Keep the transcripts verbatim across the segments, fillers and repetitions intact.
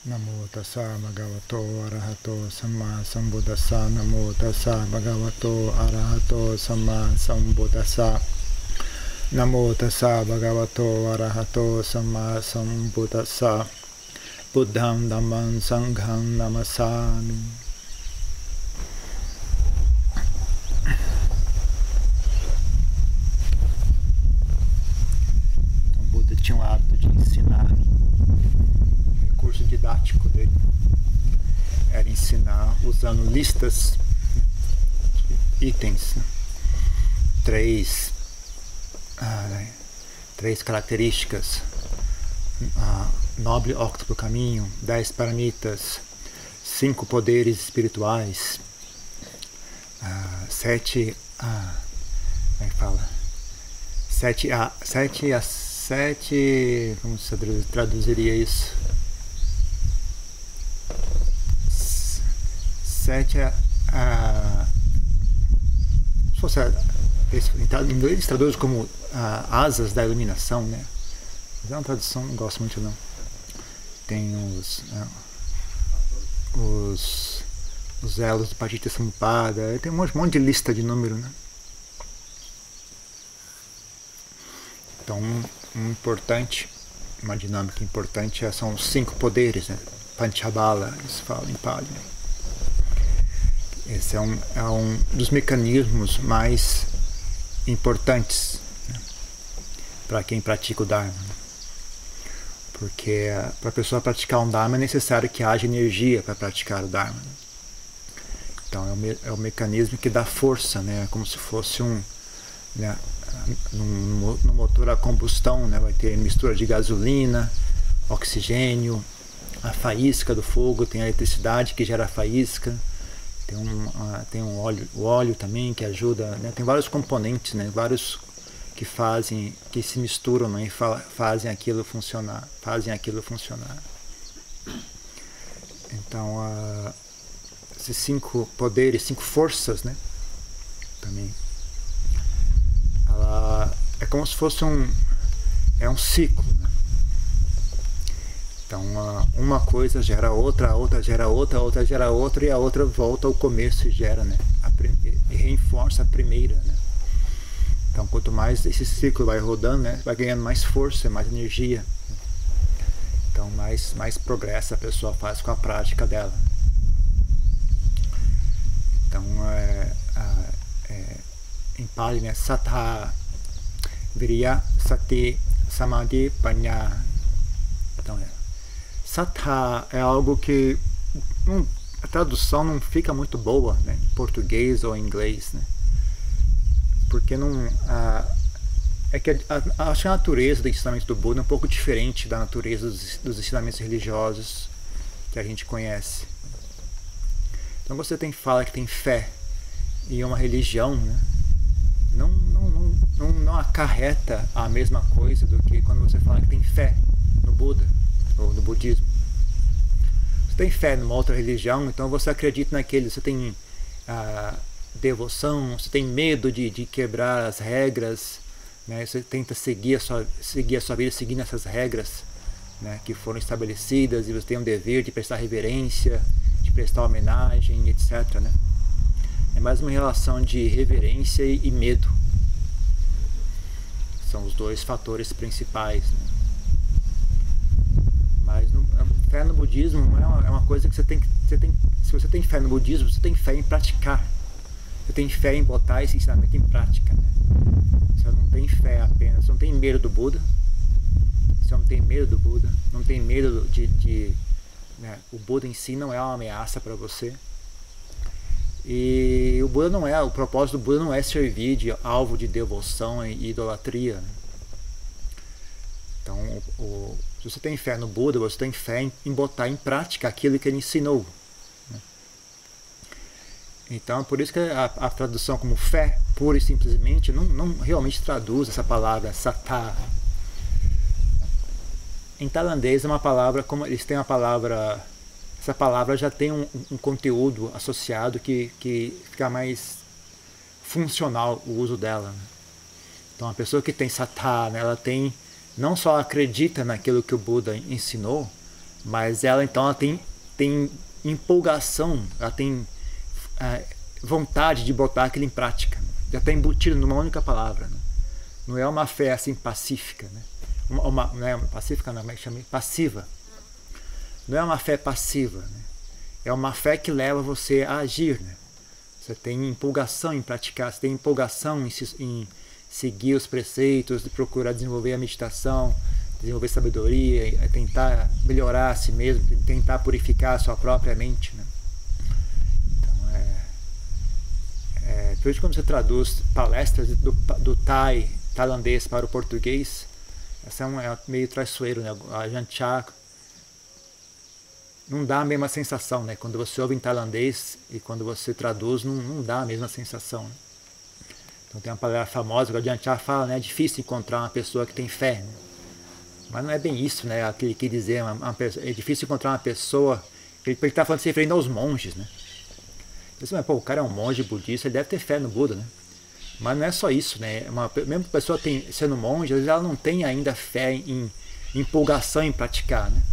Namo tassa bhagavato arahato samma sambuddhassa. Namo tassa bhagavato arahato samma sambuddhassa. Namo tassa bhagavato arahato samma sambuddhassa. Buddham dhammam sangham namasami. Então, Buda tinha o hábito de ensinar. O recurso didático dele era ensinar usando listas, itens, três, ah, três características, ah, nobre óctuplo caminho, dez paramitas, cinco poderes espirituais, ah, sete, ah, como é que fala? Sete, ah, sete, ah, sete, como se traduziria isso? Sete, ah, se fosse, em inglês eles traduzem como ah, asas da iluminação, né? Mas é uma tradução, não gosto muito não. Tem os, né, os, os elos do Paticca-Samuppada, tem um monte, um monte de lista de número, né? Então, um, um importante, uma dinâmica importante são os cinco poderes, né? Panchabala, eles falam em Pali. Esse é um, é um dos mecanismos mais importantes, né, para quem pratica o Dharma. Porque para a pessoa praticar um Dharma é necessário que haja energia para praticar o Dharma. Então é o, me, é o mecanismo que dá força, né, como se fosse um, né, no, no motor a combustão, né, vai ter mistura de gasolina, oxigênio, a faísca do fogo, tem a eletricidade que gera a faísca. Tem um, uh, tem um óleo, o óleo também que ajuda, né? Tem vários componentes, né? Vários que fazem, que se misturam, né? E fa fazem aquilo funcionar, fazem aquilo funcionar. Então, uh, esses cinco poderes, cinco forças, né? Também. Ela é como se fosse um, é um ciclo, né? Então, uma coisa gera outra, a outra gera outra, a outra gera outra, e a outra volta ao começo e gera, né? A e reforça a primeira, né? Então, quanto mais esse ciclo vai rodando, né? Vai ganhando mais força, mais energia. Então, mais, mais progresso a pessoa faz com a prática dela. Então, é, é, em Pali, né? Sattha, Viriya, Sati, Samadhi, Panya. Então, é. Sattha é algo que não, a tradução não fica muito boa, né, em português ou em inglês, né, porque não a, é que a, a, acho que a natureza do ensinamento do Buda é um pouco diferente da natureza dos, dos ensinamentos religiosos que a gente conhece. Então você tem fala que tem fé em uma religião, né, não, não, não, não, não acarreta a mesma coisa do que quando você fala que tem fé no Buda ou no budismo. Você tem fé numa outra religião, então você acredita naquele, você tem ah, devoção, você tem medo de, de quebrar as regras, né? Você tenta seguir a, sua, seguir a sua vida seguindo essas regras, né, que foram estabelecidas, e você tem um dever de prestar reverência, de prestar homenagem, etcétera, né? É mais uma relação de reverência e, e medo. São os dois fatores principais, né? Mas no, fé no budismo é uma, é uma coisa que você tem, você tem. Se você tem fé no budismo, você tem fé em praticar. Você tem fé em botar esse ensinamento em prática, né? Você não tem fé apenas, você não tem medo do Buda. Você não tem medo do Buda. Não tem medo de. de né? O Buda em si não é uma ameaça para você. E o Buda não é. O propósito do Buda não é servir de alvo de devoção e idolatria, né? Então, o, o se você tem fé no Buda, você tem fé em, em botar em prática aquilo que ele ensinou, né? Então, por isso que a, a tradução como fé, pura e simplesmente, não, não realmente traduz essa palavra sattha. Em tailandês é uma palavra, como eles têm uma palavra, essa palavra já tem um, um conteúdo associado que, que fica mais funcional o uso dela, né? Então, a pessoa que tem sattha, né, ela tem não só acredita naquilo que o Buda ensinou, Mas ela então ela tem, tem empolgação, ela tem é, vontade de botar aquilo em prática. Né? Já está embutido numa única palavra. Né? Não é uma fé assim pacífica. Né? Uma, uma, não é pacífica, não, como é que chama? Passiva. Não é uma fé passiva. Né? É uma fé que leva você a agir. Né? Você tem empolgação em praticar, você tem empolgação em, em seguir os preceitos, de procurar desenvolver a meditação, desenvolver sabedoria, tentar melhorar a si mesmo, tentar purificar a sua própria mente. Né? Então, é, é, por isso, quando você traduz palestras do, do thai, tailandês para o português, essa é, um, é meio traiçoeiro, né? A Ajahn Chah não dá a mesma sensação, né? Quando você ouve em tailandês e quando você traduz, não, não dá a mesma sensação. Né? Então tem uma palavra famosa que a Ajahn Chah fala, né? É difícil encontrar uma pessoa que tem fé. Né? Mas não é bem isso, né? Aquele que dizer, uma, uma pessoa, é difícil encontrar uma pessoa, ele está falando se referindo aos monges, né? Você, mas, pô, o cara é um monge budista, ele deve ter fé no Buda, né? Mas não é só isso, né? Uma, mesmo que a pessoa tem, sendo monge, às vezes ela não tem ainda fé em, em empolgação em praticar, né?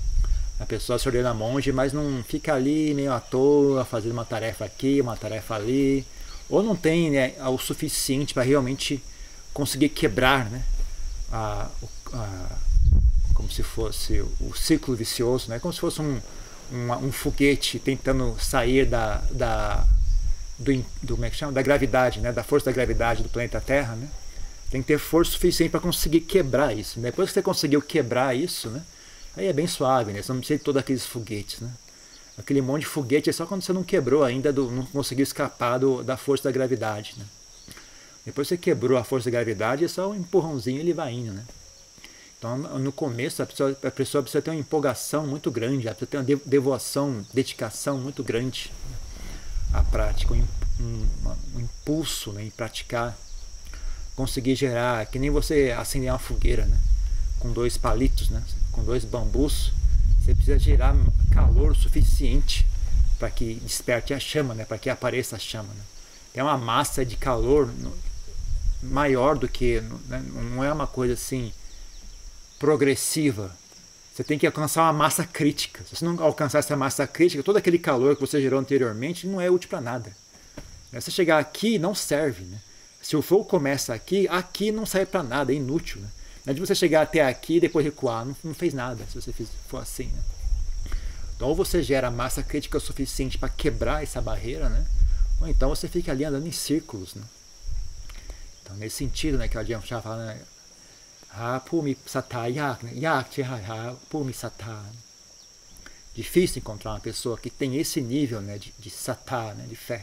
A pessoa se ordena monge, mas não fica ali meio à toa, fazendo uma tarefa aqui, uma tarefa ali, ou não tem, né, o suficiente para realmente conseguir quebrar, né? A, a, como se fosse o ciclo vicioso, né? Como se fosse um, um, um foguete tentando sair da, da, do, do, como é que chama? Da gravidade, né? Da força da gravidade do planeta Terra, né? Tem que ter força suficiente para conseguir quebrar isso. Depois que você conseguiu quebrar isso, né? Aí é bem suave, né? Você não precisa de todos aqueles foguetes, né? Aquele monte de foguete é só quando você não quebrou ainda, do, não conseguiu escapar do, da força da gravidade, né? Depois você quebrou a força da gravidade, é só um empurrãozinho e ele vai indo, né? Então, no começo, a pessoa, a pessoa precisa ter uma empolgação muito grande, ela precisa ter uma devoção, dedicação muito grande à prática, um, um, um impulso, né, em praticar, conseguir gerar, que nem você acender uma fogueira, né, com dois palitos, né, com dois bambus, você precisa gerar calor suficiente para que desperte a chama, né, para que apareça a chama. Né. É uma massa de calor maior do que, né, não é uma coisa assim progressiva. Você tem que alcançar uma massa crítica. Se você não alcançar essa massa crítica, todo aquele calor que você gerou anteriormente não é útil para nada. Se você chegar aqui, não serve. Né? Se o fogo começa aqui, aqui não serve para nada, é inútil. Né? Não é de você chegar até aqui e depois recuar, não, não fez nada se você for assim. Né? Então, ou você gera massa crítica o suficiente para quebrar essa barreira, né? Ou então você fica ali andando em círculos. Né? Então, nesse sentido, né, que a Ajahn Chah fala, né? Ha Pumi Sattha Yak, né? Yak Ha Pumi Sattha. Difícil encontrar uma pessoa que tem esse nível, né, de, de sattha, né, de fé.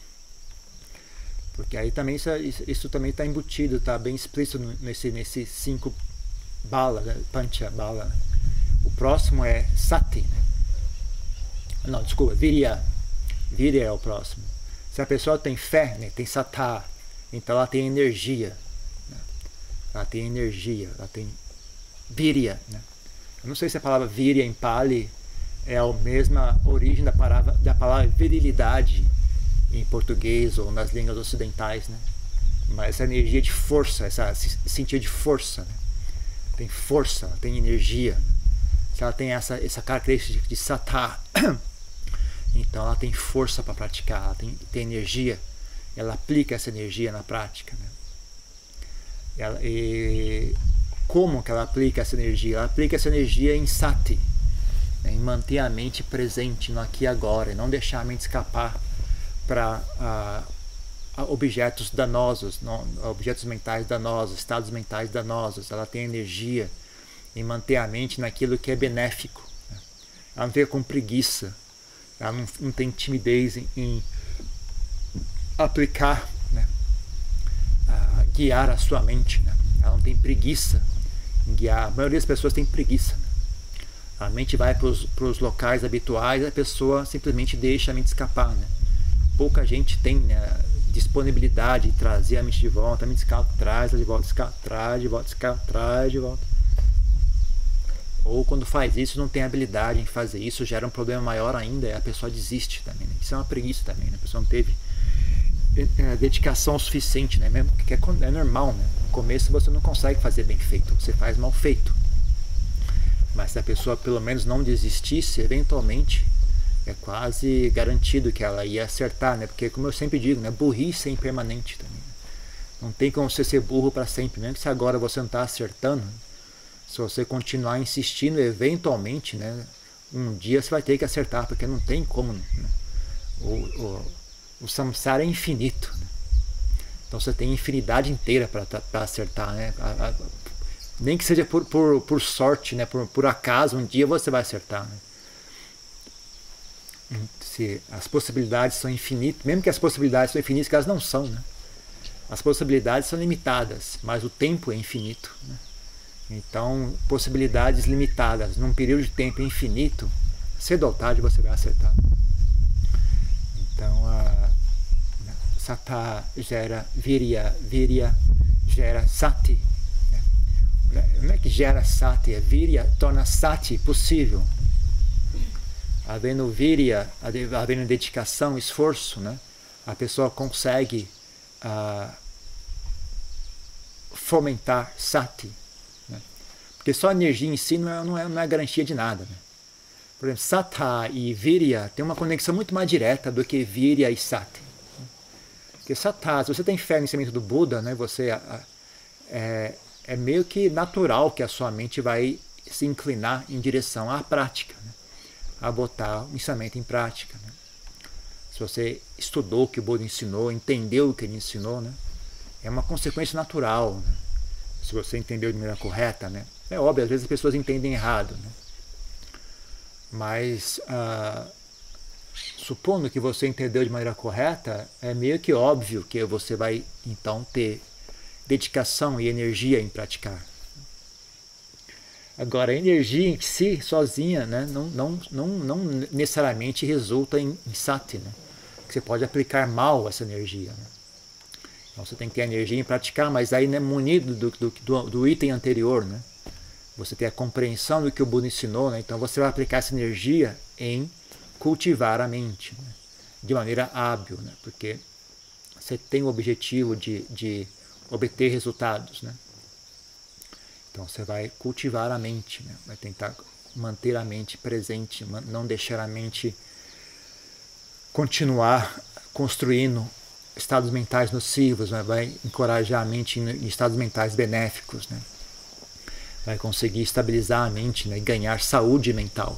Porque aí também isso, isso também está embutido, está bem explícito nesse, nesse cinco bala, né, pancha bala. Né? O próximo é sati. Né? Não, desculpa, virya. Virya é o próximo. Se a pessoa tem fé, né, tem sattha, então ela tem energia. Ela tem energia, ela tem virya. Né? Eu não sei se a palavra virya em Pali é a mesma origem da palavra, da palavra virilidade em português ou nas línguas ocidentais. Né? Mas essa energia de força, esse sentido de força. Né? Tem força, ela tem energia. Se ela tem essa, essa característica de sattha, então ela tem força para praticar, ela tem, tem energia. Ela aplica essa energia na prática. Né? Ela, e como que ela aplica essa energia? Ela aplica essa energia em sati, né, em manter a mente presente no aqui e agora, e não deixar a mente escapar para uh, objetos danosos, não, objetos mentais danosos, estados mentais danosos. Ela tem energia em manter a mente naquilo que é benéfico. Né? Ela não fica com preguiça, ela não, não tem timidez em, em aplicar, né? Guiar a sua mente, né? Ela não tem preguiça em guiar. A maioria das pessoas tem preguiça. Né? A mente vai para os locais habituais e a pessoa simplesmente deixa a mente escapar. Né? Pouca gente tem, né, disponibilidade de trazer a mente de volta. A mente escapa, traz ela de volta, escapa, traz de volta, escapa, traz de volta. Ou quando faz isso, não tem habilidade em fazer isso, gera um problema maior ainda e a pessoa desiste também. Né? Isso é uma preguiça também. Né? A pessoa não teve É, dedicação suficiente, né? Mesmo que é, é normal, né? No começo você não consegue fazer bem feito, você faz mal feito. Mas se a pessoa pelo menos não desistisse, eventualmente é quase garantido que ela ia acertar, né? Porque, como eu sempre digo, né? Burrice é impermanente também. Não tem como você ser burro para sempre, mesmo que se agora você não está acertando. Se você continuar insistindo, eventualmente, né? Um dia você vai ter que acertar, porque não tem como. Né? O, o, o samsara é infinito. Né? Então você tem infinidade inteira para acertar, né? A, a, nem que seja por, por, por sorte, né? por, por acaso, um dia você vai acertar. Né? Se as possibilidades são infinitas, mesmo que as possibilidades são infinitas, que elas não são, né? As possibilidades são limitadas, mas o tempo é infinito. Né? Então, possibilidades limitadas num período de tempo infinito, cedo ou tarde você vai acertar. Então, a Sattva gera Virya, Virya gera Sati. Não é que gera Sati, é Virya torna Sati possível. Havendo Virya, havendo dedicação, esforço, né? A pessoa consegue uh, fomentar Sati. Né? Porque só a energia em si não é, não é, não é garantia de nada. Né? Por exemplo, Sattva e Virya tem uma conexão muito mais direta do que Virya e Sati. Porque Sattva, se você tem fé no ensinamento do Buda, né, você, é, é meio que natural que a sua mente vai se inclinar em direção à prática, né? A botar o ensinamento em prática. Né? Se você estudou o que o Buda ensinou, entendeu o que ele ensinou, né? É uma consequência natural. Né? Se você entendeu de maneira correta, né? É óbvio, às vezes as pessoas entendem errado. Né? Mas, ah, supondo que você entendeu de maneira correta, é meio que óbvio que você vai, então, ter dedicação e energia em praticar. Agora, a energia em si, sozinha, né, não, não, não, não necessariamente resulta em, em sati. Né? Você pode aplicar mal essa energia. Né? Então, você tem que ter energia em praticar, mas aí, né, munido do, do, do, do item anterior. Né? Você tem a compreensão do que o Buda ensinou, né? Então você vai aplicar essa energia em cultivar a mente, né? De maneira hábil, né? Porque você tem o objetivo de, de obter resultados. Né? Então você vai cultivar a mente, né? Vai tentar manter a mente presente, não deixar a mente continuar construindo estados mentais nocivos, né? Vai encorajar a mente em estados mentais benéficos, né? Vai conseguir estabilizar a mente, né? E ganhar saúde mental.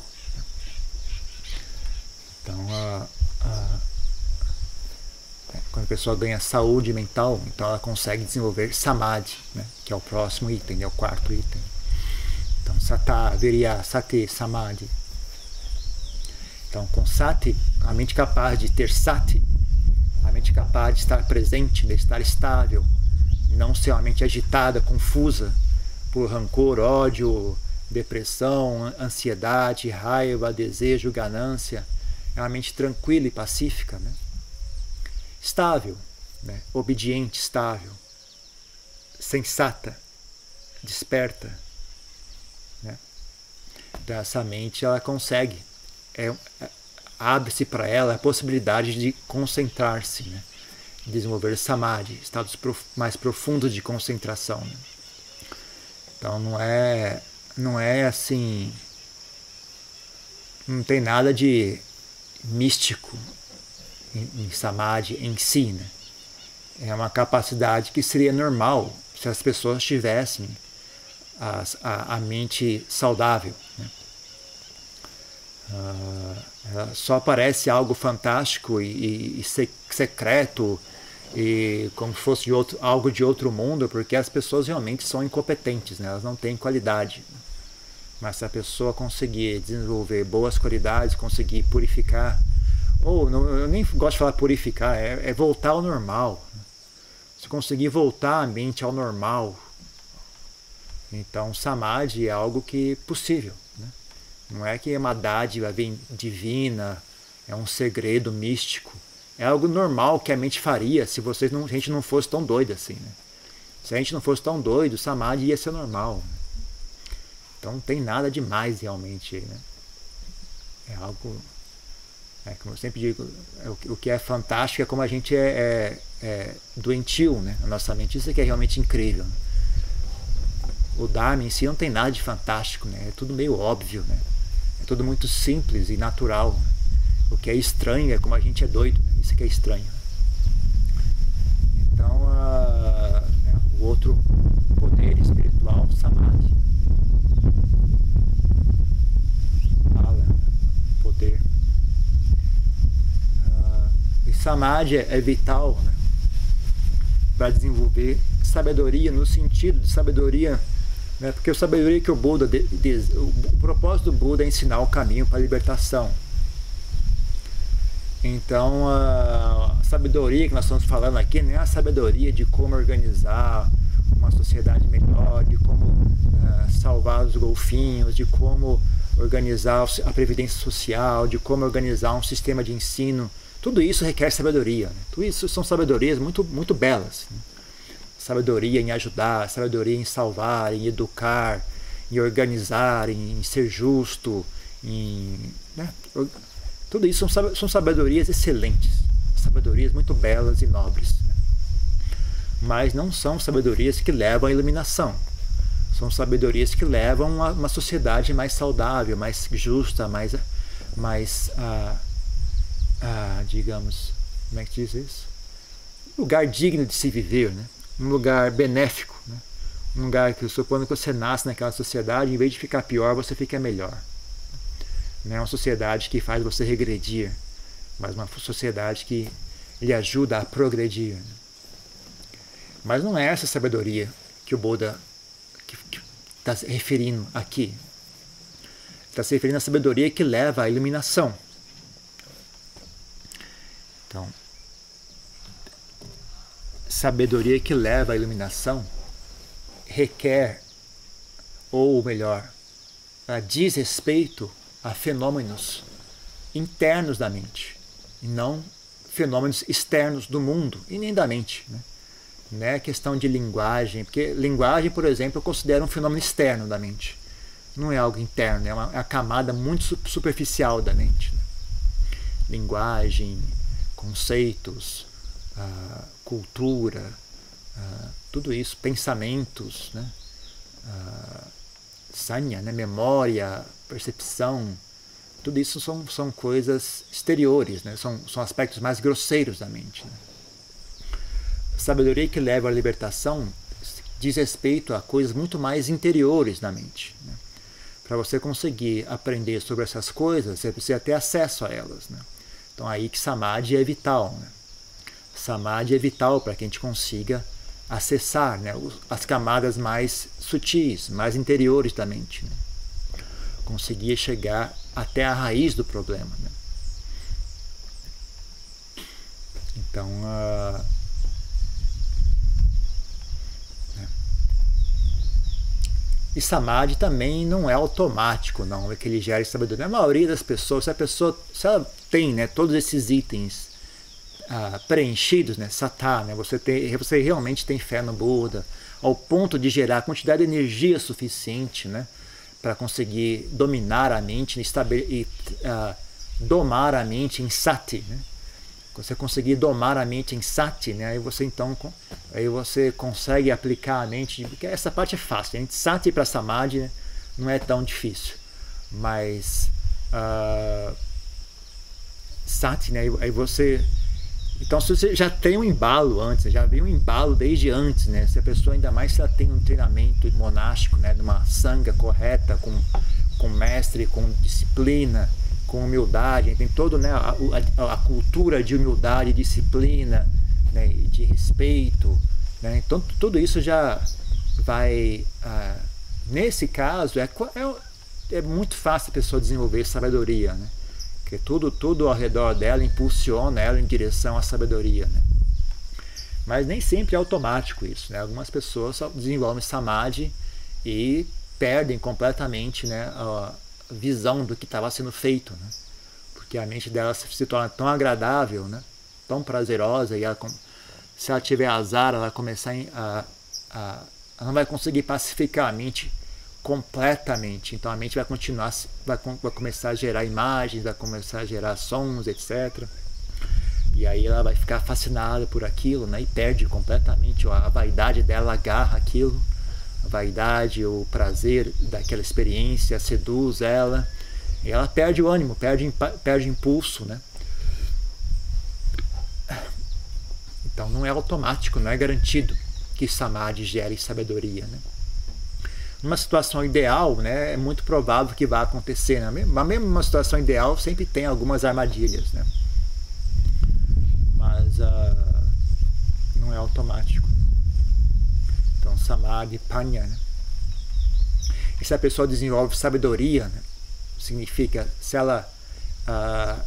Então, a, a, quando a pessoa ganha saúde mental, então ela consegue desenvolver samadhi, né? Que é o próximo item, é o quarto item. Então, sattva, virya, sati, samadhi. Então, com sati, a mente capaz de ter sati, a mente capaz de estar presente, de estar estável, não ser uma mente agitada, confusa, por rancor, ódio, depressão, ansiedade, raiva, desejo, ganância. É uma mente tranquila e pacífica, né? Estável, né? Obediente, estável, sensata, desperta. Né? Então, essa mente ela consegue, é, é, abre-se para ela a possibilidade de concentrar-se, né? Desenvolver samadhi, estados prof, mais profundos de concentração. Né? Então não é, não é assim, não tem nada de místico em, em samadhi em si, né? É uma capacidade que seria normal se as pessoas tivessem a, a, a mente saudável, né? Uh, ela só parece algo fantástico e, e, e secreto e como se fosse de outro, algo de outro mundo, porque as pessoas realmente são incompetentes, né? Elas não têm qualidade. Mas se a pessoa conseguir desenvolver boas qualidades, conseguir purificar, ou não, eu nem gosto de falar purificar, é, é voltar ao normal. Se conseguir voltar a mente ao normal, então samadhi é algo que é possível. Né? Não é que é uma dádiva divina, é um segredo místico. É algo normal que a mente faria se vocês não, a gente não fosse tão doido assim. Né? Se a gente não fosse tão doido, samadhi ia ser normal. Né? Então não tem nada demais realmente. Né? É algo, é, como eu sempre digo, é, o, o que é fantástico é como a gente é, é, é doentio, né? A nossa mente. Isso é que é realmente incrível. Né? o Dharma em si não tem nada de fantástico, né? É tudo meio óbvio, né? É tudo muito simples e natural. O que é estranho é como a gente é doido, né? Isso que é estranho. Então, uh, né, o outro poder espiritual, Samadhi. Fala, né? Poder. Uh, e Samadhi é, é vital, né? Para desenvolver sabedoria no sentido de sabedoria, né? Porque a sabedoria que o Buda, de, de, o, o propósito do Buda é ensinar o caminho para a libertação. Então a sabedoria que nós estamos falando aqui não é a sabedoria de como organizar uma sociedade melhor, de como uh, salvar os golfinhos, de como organizar a previdência social, de como organizar um sistema de ensino. Tudo isso requer sabedoria, né? Tudo isso são sabedorias muito, muito belas, né? Sabedoria em ajudar, sabedoria em salvar, em educar, em organizar, em ser justo, em, né? Tudo isso são, são sabedorias excelentes, sabedorias muito belas e nobres, né? Mas não são sabedorias que levam à iluminação. São sabedorias que levam a uma sociedade mais saudável, mais justa, mais, mais ah, ah, digamos, como é que diz isso? Um lugar digno de se viver, né? Um lugar benéfico, né? Um lugar que, supondo que você nasce naquela sociedade, em vez de ficar pior, você fica melhor. Não é uma sociedade que faz você regredir, mas uma sociedade que lhe ajuda a progredir, né? Mas não é essa sabedoria que o Buda está se referindo aqui. Está se referindo à sabedoria que leva à iluminação. Então, sabedoria que leva à iluminação requer, ou melhor, diz respeito a fenômenos internos da mente, e não fenômenos externos do mundo, e nem da mente, né? Não é questão de linguagem, porque linguagem, por exemplo, eu considero um fenômeno externo da mente. Não é algo interno, é uma, é uma camada muito superficial da mente, né? Linguagem, conceitos, uh, cultura, uh, tudo isso, pensamentos, né? uh, sanya, né? Memória, percepção, tudo isso são, são coisas exteriores, né? são, são aspectos mais grosseiros da mente, né? Sabedoria que leva à libertação diz respeito a coisas muito mais interiores da mente, né? Para você conseguir aprender sobre essas coisas, você precisa ter acesso a elas, né? Então aí que Samadhi é vital, né? Samadhi é vital para que a gente consiga acessar, né, as camadas mais sutis, mais interiores da mente, né? Conseguir chegar até a raiz do problema, né? Então, uh, e Samadhi também não é automático, não, é que ele gera sabedoria. A maioria das pessoas, se a pessoa se ela tem, né, todos esses itens ah, preenchidos, né, sattva, né, você, tem, você realmente tem fé no Buda, ao ponto de gerar quantidade de energia suficiente, né, para conseguir dominar a mente e uh, domar a mente em sati, né? Você conseguir domar a mente em sati, né? Aí você então aí você consegue aplicar a mente, porque essa parte é fácil, né? Sati para Samadhi, né, não é tão difícil, mas uh, sati, né? Aí você então se você já tem um embalo antes, já vem um embalo desde antes, né? Se a pessoa ainda mais se ela tem um treinamento monástico, né, numa sangha correta, com com mestre, com disciplina, com humildade, tem toda, né, a, a, a cultura de humildade, disciplina, né, de respeito, né? Então tudo isso já vai, ah, nesse caso, é, é, é muito fácil a pessoa desenvolver sabedoria, né? Porque tudo, tudo ao redor dela impulsiona ela em direção à sabedoria, né? Mas nem sempre é automático isso, né? Algumas pessoas só desenvolvem Samadhi e perdem completamente, né, a visão do que estava sendo feito, né? Porque a mente dela se torna tão agradável, né, tão prazerosa, e ela, se ela tiver azar, ela começar a, a, ela não vai conseguir pacificar a mente completamente. Então a mente vai continuar, vai, vai começar a gerar imagens, vai começar a gerar sons, etcétera. E aí ela vai ficar fascinada por aquilo, né, e perde completamente a vaidade dela, agarra aquilo, a vaidade, o prazer daquela experiência seduz ela, e ela perde o ânimo, perde, perde impulso, né? Então não é automático, não é garantido que samadhi gere sabedoria, né? Numa situação ideal, né, é muito provável que vá acontecer, né? Mas mesmo numa situação ideal sempre tem algumas armadilhas, né? Mas uh, não é automático. Então samadhi, panya, né? E se a pessoa desenvolve sabedoria, né, significa se ela uh,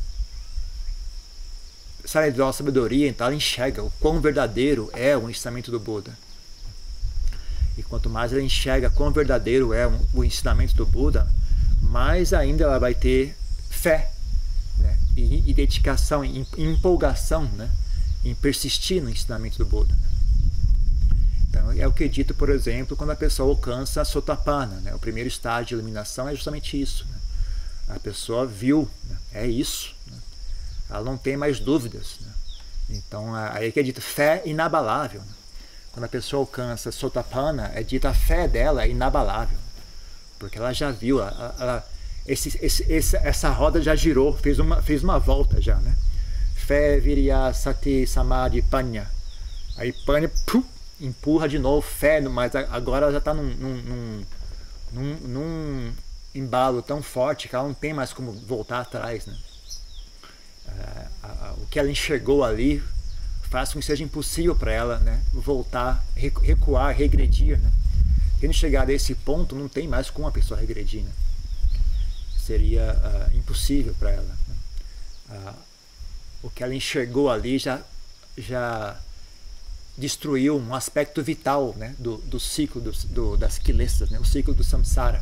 se ela desenvolve sabedoria, então ela enxerga o quão verdadeiro é o ensinamento do Buda. E quanto mais ela enxerga quão verdadeiro é o ensinamento do Buda, mais ainda ela vai ter fé, né, e, e dedicação, e empolgação, né, em persistir no ensinamento do Buda. Então, é o que é dito, por exemplo, quando a pessoa alcança a Sotapanna, né, o primeiro estágio de iluminação é justamente isso. Né, a pessoa viu, né, é isso. Né, ela não tem mais dúvidas. Né, então, aí é que é dito fé inabalável. Né. Quando a pessoa alcança Sotapanna, é dita a fé dela é inabalável. Porque ela já viu, ela, ela, esse, esse, esse, essa roda já girou, fez uma, fez uma volta já. Né? Fé, Virya, Sati, Samadhi, Panya. Aí Panya pum, empurra de novo, fé, mas agora ela já está num, num, num, num embalo tão forte que ela não tem mais como voltar atrás. Né? É, a, a, o que ela enxergou ali faz com que seja impossível para ela, né, voltar, recuar, regredir. Né? Quando chegar a esse ponto, não tem mais como a pessoa regredir. Né? Seria uh, impossível para ela. Né? Uh, o que ela enxergou ali já, já destruiu um aspecto vital, né, do, do ciclo do, do, das kilesas, né, o ciclo do samsara.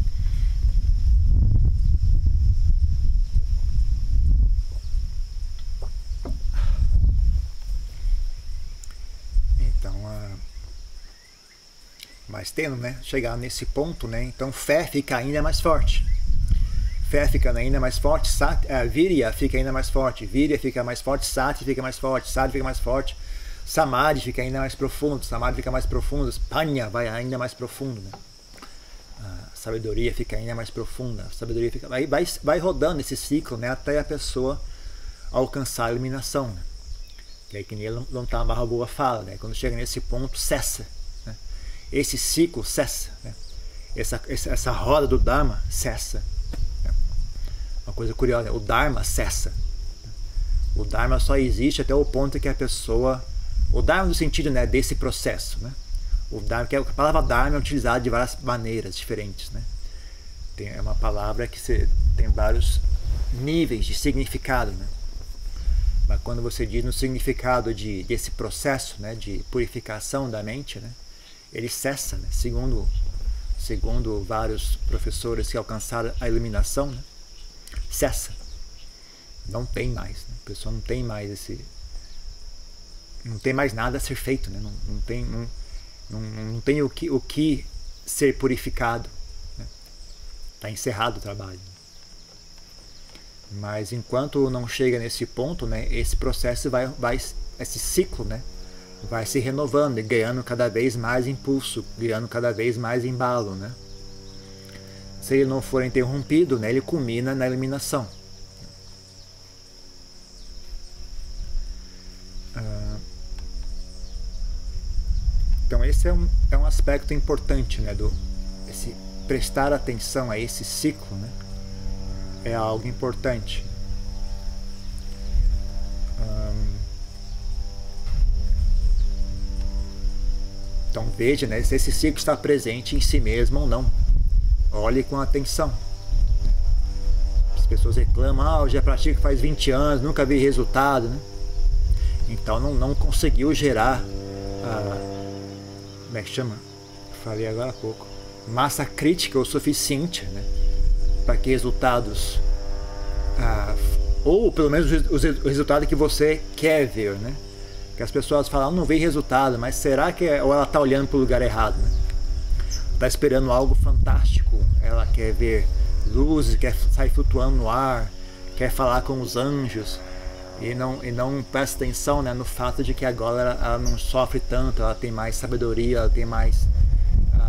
Mas tendo, né, chegar nesse ponto, né, então fé fica ainda mais forte. Fé fica ainda mais forte, sati, uh, virya fica ainda mais forte, virya fica mais forte, sati fica mais forte, sati fica mais forte, samadhi fica ainda mais profundo, samadhi fica mais profundo, panya vai ainda mais profundo. Né? A sabedoria fica ainda mais profunda, a sabedoria fica, vai, vai, vai rodando esse ciclo, né, até a pessoa alcançar a iluminação. Né? Que é que nem Lontang Mahaprabhu fala, né? Quando chega nesse ponto, cessa. Esse ciclo cessa, né? essa, essa roda do Dharma cessa. Né? Uma coisa curiosa, né? O Dharma cessa. O Dharma só existe até o ponto que a pessoa... O Dharma no sentido, né, desse processo. Né? O Dharma, que a palavra Dharma é utilizada de várias maneiras diferentes. Né? Tem, é uma palavra que você, tem vários níveis de significado. Né? Mas quando você diz no significado de, desse processo, né, de purificação da mente, né, ele cessa, né? segundo, segundo vários professores que alcançaram a iluminação, né? Cessa. Não tem mais. Né? A pessoa não tem mais esse... Não tem mais nada a ser feito. Né? Não, não, tem, não, não, não tem o que, o que ser purificado. Está, né? Encerrado o trabalho. Mas enquanto não chega nesse ponto, né, esse processo vai, vai... Esse ciclo, né, vai se renovando e ganhando cada vez mais impulso, ganhando cada vez mais embalo, né? Se ele não for interrompido, né, ele culmina na eliminação. Ah, então esse é um, é um aspecto importante, né, do esse prestar atenção a esse ciclo, né, é algo importante. Um, Então veja, né, se esse ciclo está presente em si mesmo ou não. Olhe com atenção. As pessoas reclamam, ah, eu já pratico faz vinte anos, nunca vi resultado. Né? Então não, não conseguiu gerar, ah, como é que chama? Falei agora há pouco. Massa crítica o suficiente, né, para que resultados, ah, ou pelo menos o resultado que você quer ver, né? Que as pessoas falam, não vejo resultado, mas será que é, ou ela está olhando para o lugar errado, né? Está esperando algo fantástico, ela quer ver luzes, quer sair flutuando no ar, quer falar com os anjos, e não, e não presta atenção, né, no fato de que agora ela, ela não sofre tanto, ela tem mais sabedoria, ela tem mais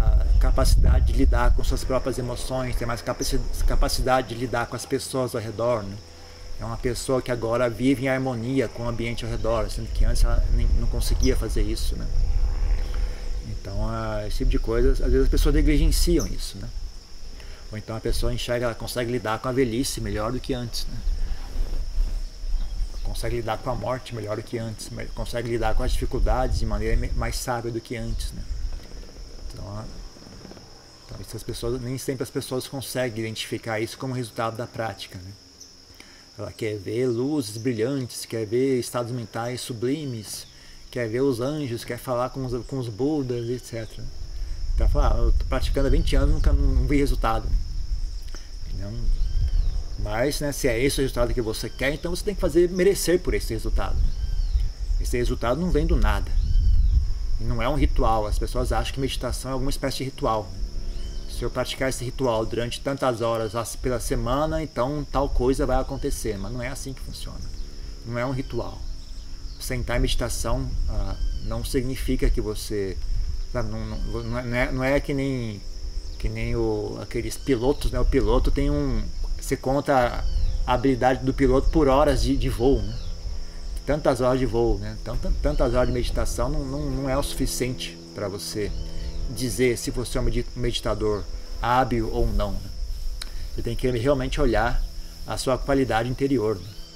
capacidade de lidar com suas próprias emoções, tem mais capacidade de lidar com as pessoas ao redor, né? É uma pessoa que agora vive em harmonia com o ambiente ao redor, sendo que antes ela nem, não conseguia fazer isso, né? Então, uh, esse tipo de coisas, às vezes as pessoas negligenciam isso, né? Ou então a pessoa enxerga, ela consegue lidar com a velhice melhor do que antes, né? Consegue lidar com a morte melhor do que antes, consegue lidar com as dificuldades de maneira mais sábia do que antes, né? Então, uh, então essas pessoas, nem sempre as pessoas conseguem identificar isso como resultado da prática, né? Ela quer ver luzes brilhantes, quer ver estados mentais sublimes, quer ver os anjos, quer falar com os, com os budas, etcétera. Então, fala, ah, eu estou praticando há vinte anos e nunca não vi resultado. Não, mas, né, se é esse o resultado que você quer, então você tem que fazer merecer por esse resultado. Esse resultado não vem do nada. E não é um ritual. As pessoas acham que meditação é alguma espécie de ritual. Se eu praticar esse ritual durante tantas horas pela semana, então tal coisa vai acontecer. Mas não é assim que funciona. Não é um ritual. Sentar em meditação ah, não significa que você... Não, não, não, é, não é que nem, que nem o, aqueles pilotos, né? O piloto tem um... Você conta a habilidade do piloto por horas de, de voo, né? Tantas horas de voo, né? Então, tantas horas de meditação não, não, não é o suficiente para você dizer se você é um meditador hábil ou não, né? Você tem que realmente olhar a sua qualidade interior,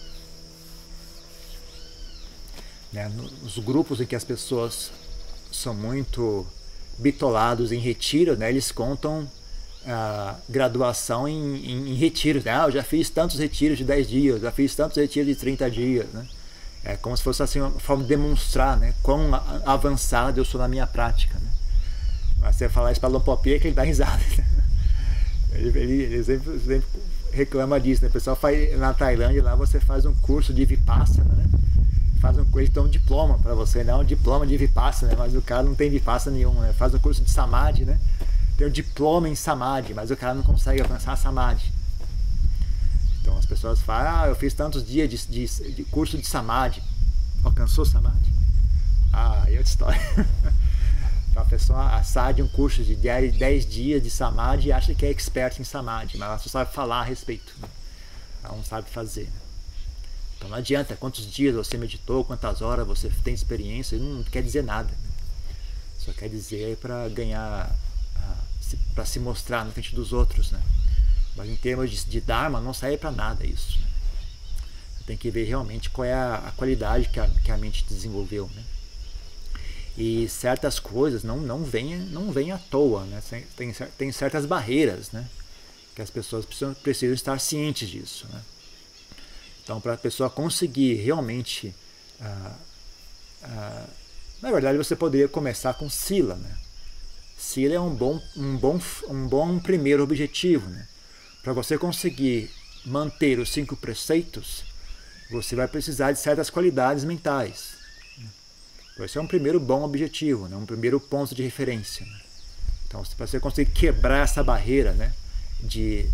né? Nos grupos em que as pessoas são muito bitolados em retiro, né? Eles contam a graduação em, em, em retiros, né? Ah, eu já fiz tantos retiros de dez dias, já fiz tantos retiros de trinta dias, né? É como se fosse assim, uma forma de demonstrar, né, quão avançado eu sou na minha prática, né? Mas você falar isso para Lompopi, que ele dá risada. Ele, ele, ele sempre, sempre reclama disso, né? O pessoal faz, na Tailândia, lá você faz um curso de Vipassana, né? Faz um curso, então um diploma para você, não um diploma de Vipassana, né? Mas o cara não tem Vipassana nenhum, né? Faz um curso de Samadhi, né? Tem um diploma em Samadhi, mas o cara não consegue alcançar a Samadhi. Então as pessoas falam, ah, eu fiz tantos dias de, de, de curso de Samadhi. Alcançou Samadhi? Ah, aí é outra história. Então a pessoa assade um curso de dez dias de Samadhi e acha que é expert em Samadhi, mas ela só sabe falar a respeito, né? Ela não sabe fazer, né? Então não adianta quantos dias você meditou, quantas horas você tem experiência, não quer dizer nada, né? Só quer dizer para ganhar, para se mostrar na frente dos outros, né? Mas em termos de, de Dharma, não serve para nada isso, né? Você tem que ver realmente qual é a, a qualidade que a, que a mente desenvolveu, né? E certas coisas não, não, vêm, não vêm à toa, né? Tem, tem certas barreiras, né? Que as pessoas precisam, precisam estar cientes disso, né? Então, para a pessoa conseguir realmente... Ah, ah, na verdade, você poderia começar com Sila, né? Sila é um bom, um bom, um bom primeiro objetivo, né? Para você conseguir manter os cinco preceitos, você vai precisar de certas qualidades mentais. Esse é um primeiro bom objetivo, né? Um primeiro ponto de referência, né? Então, para você conseguir quebrar essa barreira, né, de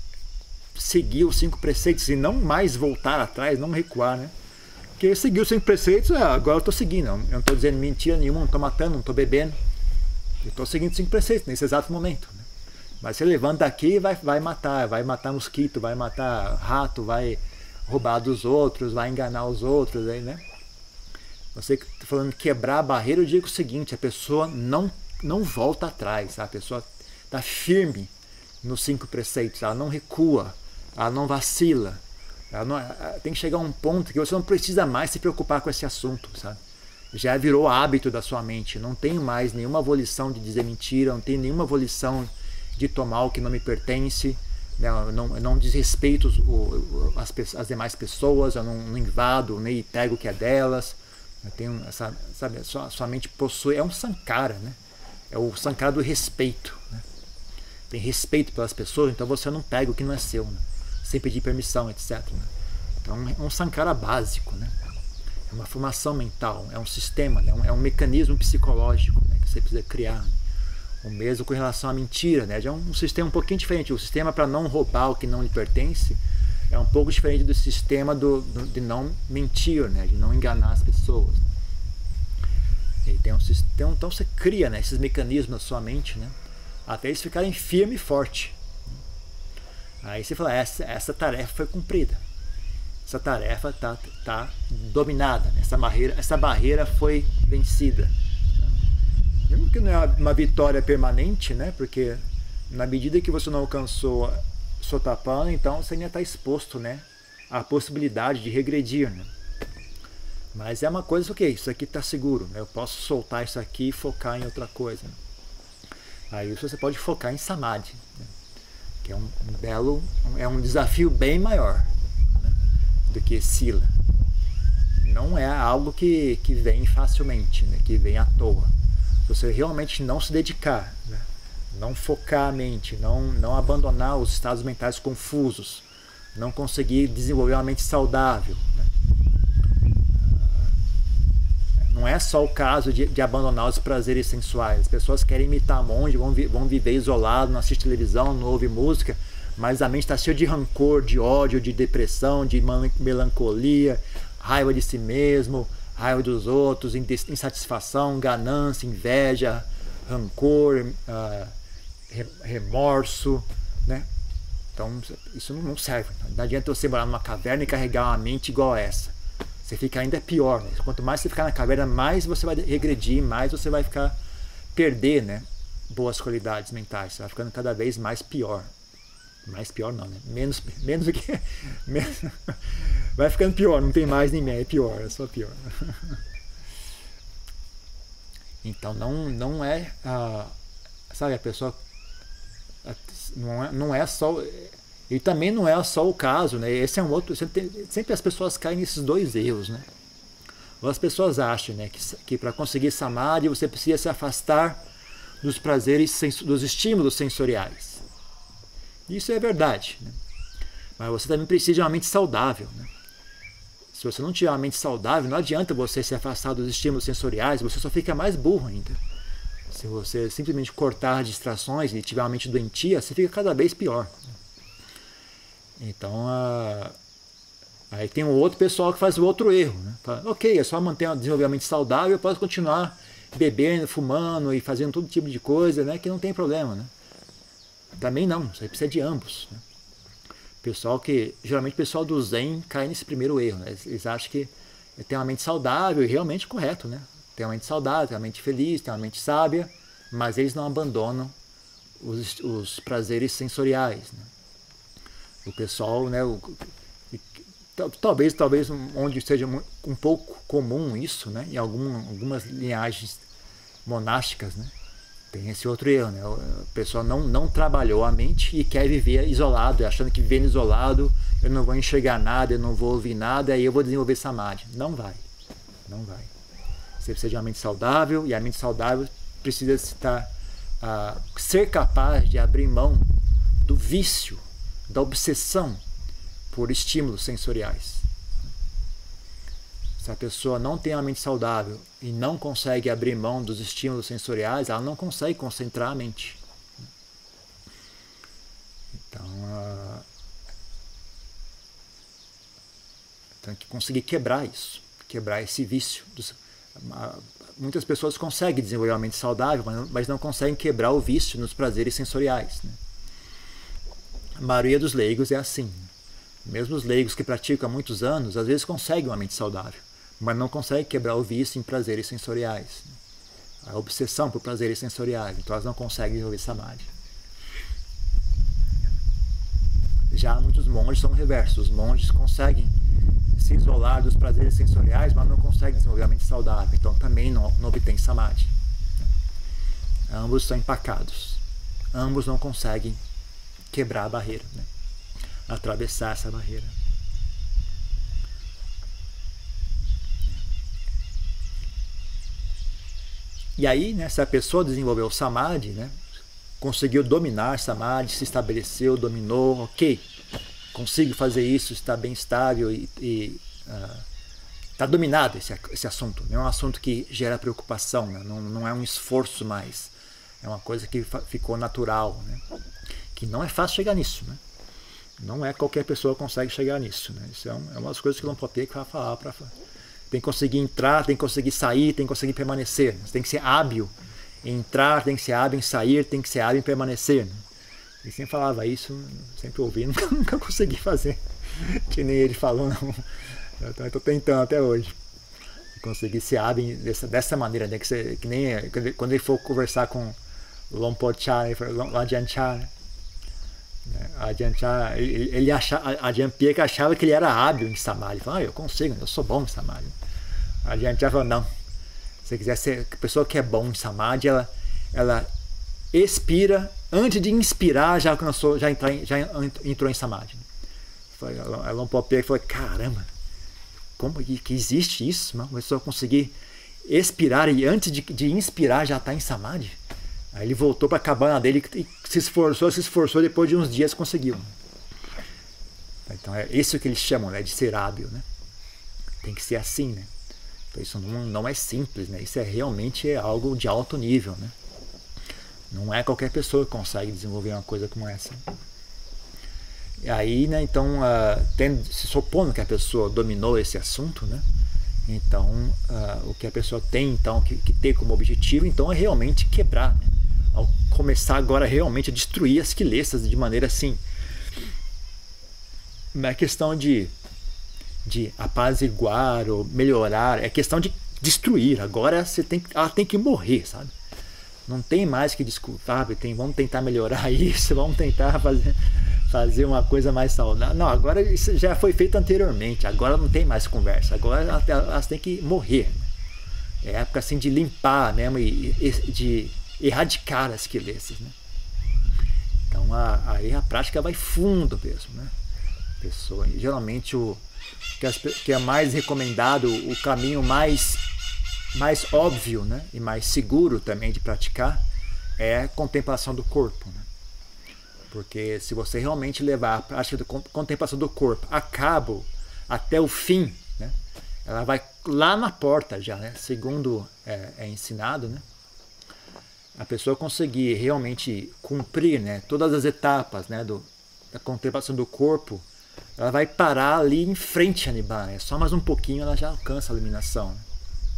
seguir os cinco preceitos e não mais voltar atrás, não recuar, né? Porque seguir os cinco preceitos, ah, agora eu estou seguindo, eu não estou dizendo mentira nenhuma, não estou matando, não estou bebendo, eu estou seguindo os cinco preceitos nesse exato momento, né? Mas você levanta daqui e vai, vai matar, vai matar mosquito, vai matar rato, vai roubar dos outros, vai enganar os outros, aí, né? Você que está falando quebrar a barreira, eu digo o seguinte, a pessoa não, não volta atrás, tá? A pessoa está firme nos cinco preceitos, ela não recua, ela não vacila, ela não, ela tem que chegar a um ponto que você não precisa mais se preocupar com esse assunto, sabe? Já virou hábito da sua mente, não tem mais nenhuma volição de dizer mentira, não tem nenhuma volição de tomar o que não me pertence, não, não, não desrespeito o, o, as, as demais pessoas, eu não, não invado, nem pego o que é delas. Eu tenho essa, sabe, sua, sua mente possui, é um sankara, né? É o sankara do respeito, né? Tem respeito pelas pessoas, então você não pega o que não é seu, né? Sem pedir permissão, etcétera, né? Então é um sankara básico, né? É uma formação mental, é um sistema, né? É um mecanismo psicológico, né, que você precisa criar. O mesmo com relação à mentira, né? É um sistema um pouquinho diferente. O sistema para não roubar o que não lhe pertence é um pouco diferente do sistema do, do, de não mentir, né? De não enganar as pessoas. Ele tem um sistema, então você cria, né, esses mecanismos na sua mente, né? até eles ficarem firme e forte. Aí você fala, essa, essa tarefa foi cumprida. Essa tarefa está tá dominada. Né? Essa, barreira, essa barreira foi vencida. Mesmo que não é uma vitória permanente, né? Porque na medida que você não alcançou Sotapanna, então você ainda está exposto, né, à possibilidade de regredir. Né? Mas é uma coisa, ok, isso aqui está seguro. Né? Eu posso soltar isso aqui e focar em outra coisa. Né? Aí você pode focar em Samadhi. Né? Que é um, um belo, é um desafio bem maior, né, do que Sila. Não é algo que, que vem facilmente, né, que vem à toa. Se você realmente não se dedicar, né, não focar a mente, não, não abandonar os estados mentais confusos, não conseguir desenvolver uma mente saudável. Né, não é só o caso de, de abandonar os prazeres sensuais. As pessoas querem imitar monge, vão, vi, vão viver isolado, não assiste televisão, não ouve música, mas a mente está cheia de rancor, de ódio, de depressão, de melancolia, raiva de si mesmo, raiva dos outros, insatisfação, ganância, inveja, rancor, uh, remorso, né? Então isso não serve. Não adianta você morar numa caverna e carregar uma mente igual a essa. Você fica ainda pior, né? Quanto mais você ficar na caverna, mais você vai regredir, mais você vai ficar perder, né, boas qualidades mentais. Você vai ficando cada vez mais pior. Mais pior não, né? Menos, menos do que... Menos, vai ficando pior, não tem mais nem menos, é pior, é só pior. Então não, não é... Uh, sabe, a pessoa... Não é, não é só... E também não é só o caso, né? Esse é um outro. Sempre, sempre as pessoas caem nesses dois erros, né? Ou as pessoas acham, né, que, que para conseguir Samadhi você precisa se afastar dos prazeres, dos estímulos sensoriais. Isso é verdade, né? Mas você também precisa de uma mente saudável, né? Se você não tiver uma mente saudável, não adianta você se afastar dos estímulos sensoriais, você só fica mais burro ainda. Se você simplesmente cortar distrações e tiver uma mente doentia, você fica cada vez pior. Então, uh, aí tem um outro pessoal que faz o outro erro. Né? Fala, ok, é só manter um desenvolvimento saudável, eu posso continuar bebendo, fumando e fazendo todo tipo de coisa, né, que não tem problema. Né? Também não, você precisa de ambos. Né? Pessoal que, geralmente o pessoal do Zen cai nesse primeiro erro. Né? Eles acham que tem uma mente saudável e realmente correto. Né? Tem uma mente saudável, tem uma mente feliz, tem uma mente sábia, mas eles não abandonam os, os prazeres sensoriais. Né? O pessoal, né, o, talvez, talvez onde seja um pouco comum isso, né, em algum, algumas linhagens monásticas, né, tem esse outro erro, né, o pessoal não, não trabalhou a mente e quer viver isolado, achando que vivendo isolado eu não vou enxergar nada, eu não vou ouvir nada, aí eu vou desenvolver Samadhi. Não vai, não vai. Você precisa de uma mente saudável e a mente saudável precisa estar, uh, ser capaz de abrir mão do vício, da obsessão por estímulos sensoriais. Se a pessoa não tem uma mente saudável e não consegue abrir mão dos estímulos sensoriais, ela não consegue concentrar a mente. Então, uh, tem que conseguir quebrar isso, quebrar esse vício. Dos, uh, muitas pessoas conseguem desenvolver uma mente saudável, mas, mas não conseguem quebrar o vício nos prazeres sensoriais. Né? A maioria dos leigos é assim. Mesmo os leigos que praticam há muitos anos, às vezes conseguem uma mente saudável, mas não conseguem quebrar o vício em prazeres sensoriais. A obsessão por prazeres sensoriais. Então elas não conseguem desenvolver Samadhi. Já muitos monges são o reverso. Os monges conseguem se isolar dos prazeres sensoriais, mas não conseguem desenvolver a mente saudável. Então também não, não obtém Samadhi. Ambos são empacados. Ambos não conseguem quebrar a barreira, né? Atravessar essa barreira. E aí, né, se a pessoa desenvolveu Samadhi, né, conseguiu dominar Samadhi, se estabeleceu, dominou, ok, consigo fazer isso, está bem estável e está uh, dominado esse, esse assunto. Não é um assunto que gera preocupação, né? não, não é um esforço mais, é uma coisa que ficou natural, né? Que não é fácil chegar nisso, né? Não é qualquer pessoa que consegue chegar nisso, né? Isso é, um, é uma das coisas que o Lompoté vai falar. Pra, tem que conseguir entrar, tem que conseguir sair, tem que conseguir permanecer. Você tem que ser hábil entrar tem que ser hábil, em sair tem que ser hábil, em permanecer. Né? Ele sempre falava isso, sempre ouvi, nunca, nunca consegui fazer, que nem ele falou, não. Eu estou tentando até hoje. Conseguir ser hábil dessa, dessa maneira, né? que, você, que nem quando ele for conversar com Lompo Cha, Ajahn Chah, né? Ajahn Chah, ele, ele achava, Ajahn Pieca achava que ele era hábil em Samadhi. Ele falou, ah, eu consigo, eu sou bom em Samadhi. Ajahn Chah falou, não. Se você quiser ser, a pessoa que é bom em Samadhi, ela, ela expira, antes de inspirar, já, alcançou, já, entrou, já entrou em Samadhi. A Lompo Pieca falou, caramba, como que existe isso? Uma pessoa conseguir expirar e antes de, de inspirar já está em Samadhi? Aí ele voltou para a cabana dele e se esforçou, se esforçou, depois de uns dias conseguiu. Então é isso que eles chamam, né, de ser hábil, né? Tem que ser assim, né? Então isso não, não é simples, né? Isso é realmente é algo de alto nível, né? Não é qualquer pessoa que consegue desenvolver uma coisa como essa. E aí, né, então, uh, tendo, se supondo que a pessoa dominou esse assunto, né? Então, uh, o que a pessoa tem então que, que ter como objetivo, então, é realmente quebrar, né? Ao começar agora realmente a destruir as quilesas de maneira assim, não é questão de, de apaziguar ou melhorar, é questão de destruir. Agora você tem, ela tem que morrer, sabe? Não tem mais que desculpar, tem, vamos tentar melhorar isso, vamos tentar fazer, fazer uma coisa mais saudável. Não, agora isso já foi feito anteriormente, agora não tem mais conversa, agora elas, elas têm que morrer. É época assim de limpar mesmo, e, e de erradicar as quilesas, né? Então a, aí a prática vai fundo mesmo, né? Pessoa, geralmente o que, as, que é mais recomendado, o caminho mais mais óbvio, né, e mais seguro também de praticar é a contemplação do corpo, né? Porque se você realmente levar a prática da contemplação do corpo a cabo até o fim, né, ela vai lá na porta já, né, segundo é, é ensinado, né, a pessoa conseguir realmente cumprir, né, todas as etapas, né, do, da contemplação do corpo, ela vai parar ali em frente a Nibbana, é só mais um pouquinho ela já alcança a iluminação, né?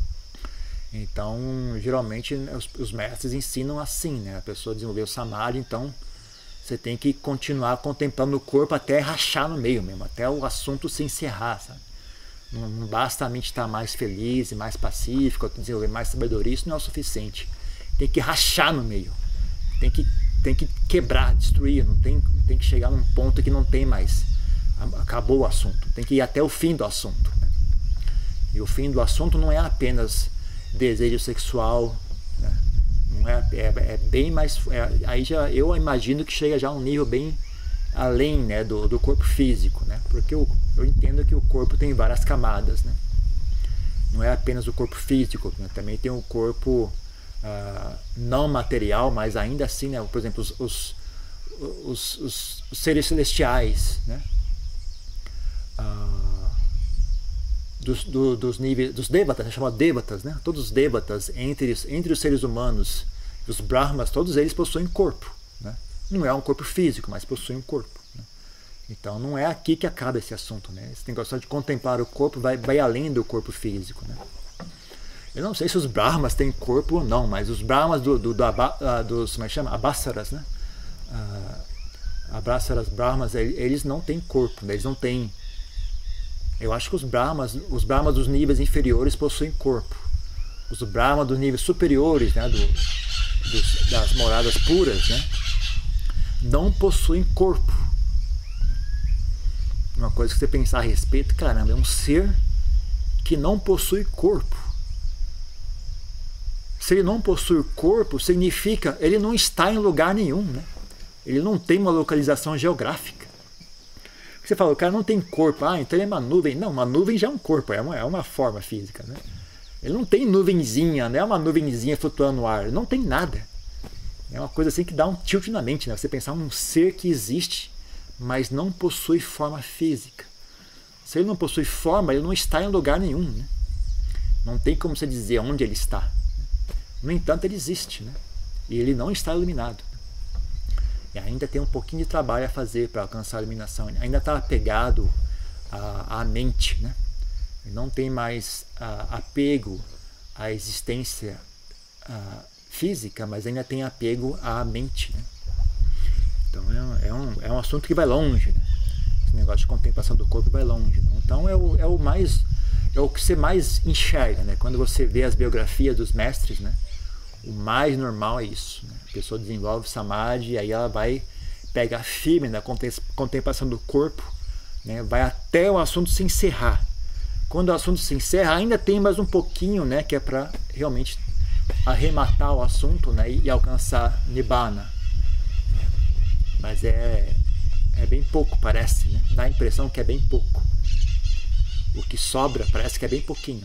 Então, geralmente, os, os mestres ensinam assim, né? A pessoa desenvolveu o Samadhi, então você tem que continuar contemplando o corpo até rachar no meio mesmo, até o assunto se encerrar, sabe? Não, não basta a mente estar mais feliz e mais pacífica, desenvolver mais sabedoria, isso não é o suficiente. Tem que rachar no meio, tem que, tem que quebrar, destruir, não tem, tem que chegar num ponto que não tem mais, acabou o assunto, tem que ir até o fim do assunto, né? E o fim do assunto não é apenas desejo sexual, né? Não é, é, é bem mais, é, aí já eu imagino que chega já a um nível bem além, né, do, do corpo físico, né? Porque eu, eu entendo que o corpo tem várias camadas, né? Não é apenas o corpo físico, né? Também tem o corpo uh, não material, mas ainda assim, né? Por exemplo, os, os, os, os, os seres celestiais, né? Uh, Dos, do, dos níveis, dos devatas, é chamado devatas, né? Todos os devatas entre, entre os seres humanos, os brahmas, todos eles possuem corpo, né? Não é um corpo físico, mas possuem um corpo, né? Então não é aqui que acaba esse assunto, né? Esse negócio de contemplar o corpo vai, vai além do corpo físico, né? Eu não sei se os brahmas têm corpo ou não, mas os brahmas do, do, do, uh, dos, como é que chama? Abhasaras, né? Uh, Abhasaras, brahmas, eles não têm corpo, né? Eles não têm. Eu acho que os brahmas, os brahmas dos níveis inferiores possuem corpo. Os brahmas dos níveis superiores, né, do, dos, das moradas puras, né, não possuem corpo. Uma coisa que você pensar a respeito, caramba, é um ser que não possui corpo. Se ele não possui corpo, significa ele não está em lugar nenhum, né? Ele não tem uma localização geográfica. Você fala, o cara não tem corpo, ah, então ele é uma nuvem. Não, uma nuvem já é um corpo, é uma, é uma forma física, né? Ele não tem nuvenzinha, não é uma nuvenzinha flutuando no ar, não tem nada. É uma coisa assim que dá um tilt na mente, né? Você pensar um ser que existe, mas não possui forma física. Se ele não possui forma, ele não está em lugar nenhum, né? Não tem como você dizer onde ele está. No entanto, ele existe, né? E ele não está iluminado. E ainda tem um pouquinho de trabalho a fazer para alcançar a iluminação. Ele ainda está apegado à, à mente, né? Ele não tem mais uh, apego à existência uh, física, mas ainda tem apego à mente, né? Então é um, é um, é um assunto que vai longe, né? Esse negócio de contemplação do corpo vai longe, né? Então é o, é o mais, é o que você mais enxerga, né? Quando você vê as biografias dos mestres, né? O mais normal é isso, né? A pessoa desenvolve samadhi e aí ela vai pegar firme na contemplação do corpo, né? Vai até o assunto se encerrar. Quando o assunto se encerra, ainda tem mais um pouquinho, né? Que é para realmente arrematar o assunto, né? E, e alcançar Nibbana. Mas é, é bem pouco, parece, né? Dá a impressão que é bem pouco. O que sobra parece que é bem pouquinho.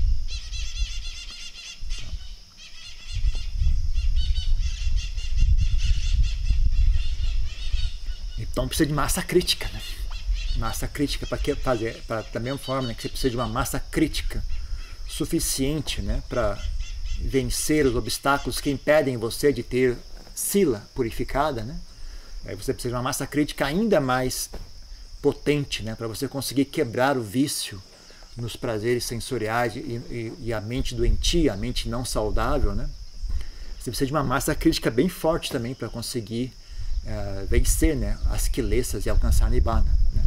Então precisa de massa crítica, né? Massa crítica para que fazer, para da mesma forma, né, que você precisa de uma massa crítica suficiente, né, para vencer os obstáculos que impedem você de ter sila purificada, né? Aí você precisa de uma massa crítica ainda mais potente, né, para você conseguir quebrar o vício nos prazeres sensoriais e, e, e a mente doentia, a mente não saudável, né? Você precisa de uma massa crítica bem forte também para conseguir uh, vencer, né, as quilesas e alcançar a Nibbana, né?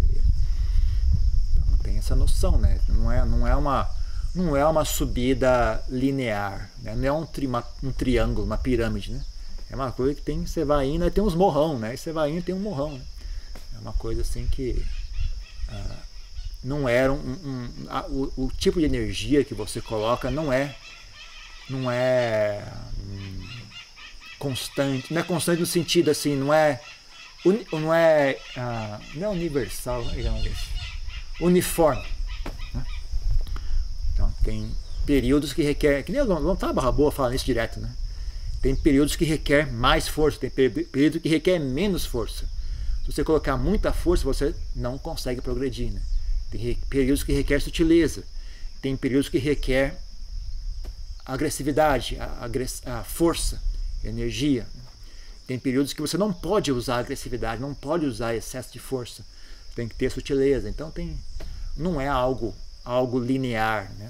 Então tem essa noção, né? Não é, não é uma não é uma subida linear, né? Não é um, tri, uma, um triângulo, uma pirâmide, né? É uma coisa que tem, você vai indo e tem uns morrão, né? E você vai indo e tem um morrão, né? É uma coisa assim que uh, não era um, um, a, o, o tipo de energia que você coloca não é não é um, constante, não é constante no sentido assim, não é não é uh, não é universal, uniforme, né? Então tem períodos que requer, que nem não tá barra boa falando isso direto, né? Tem períodos que requer mais força, tem períodos que requer menos força. Se você colocar muita força, você não consegue progredir, né? Tem períodos que requer sutileza, tem períodos que requer agressividade, a, agress, a força, energia. Tem períodos que você não pode usar agressividade, não pode usar excesso de força. Tem que ter sutileza. Então tem, não é algo, algo linear, né?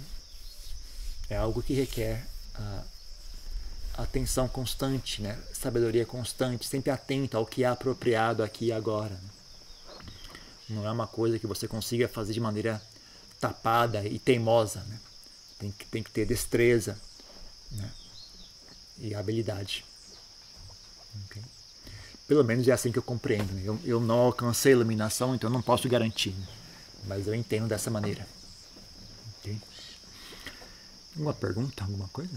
É algo que requer a atenção constante, né? Sabedoria constante, sempre atento ao que é apropriado aqui e agora. Não é uma coisa que você consiga fazer de maneira tapada e teimosa, né? Tem que, tem que ter destreza, né? E habilidade. Okay? Pelo menos é assim que eu compreendo, né? eu, eu não alcancei a iluminação, então eu não posso garantir, né? Mas eu entendo dessa maneira. Okay? Alguma pergunta? Alguma coisa?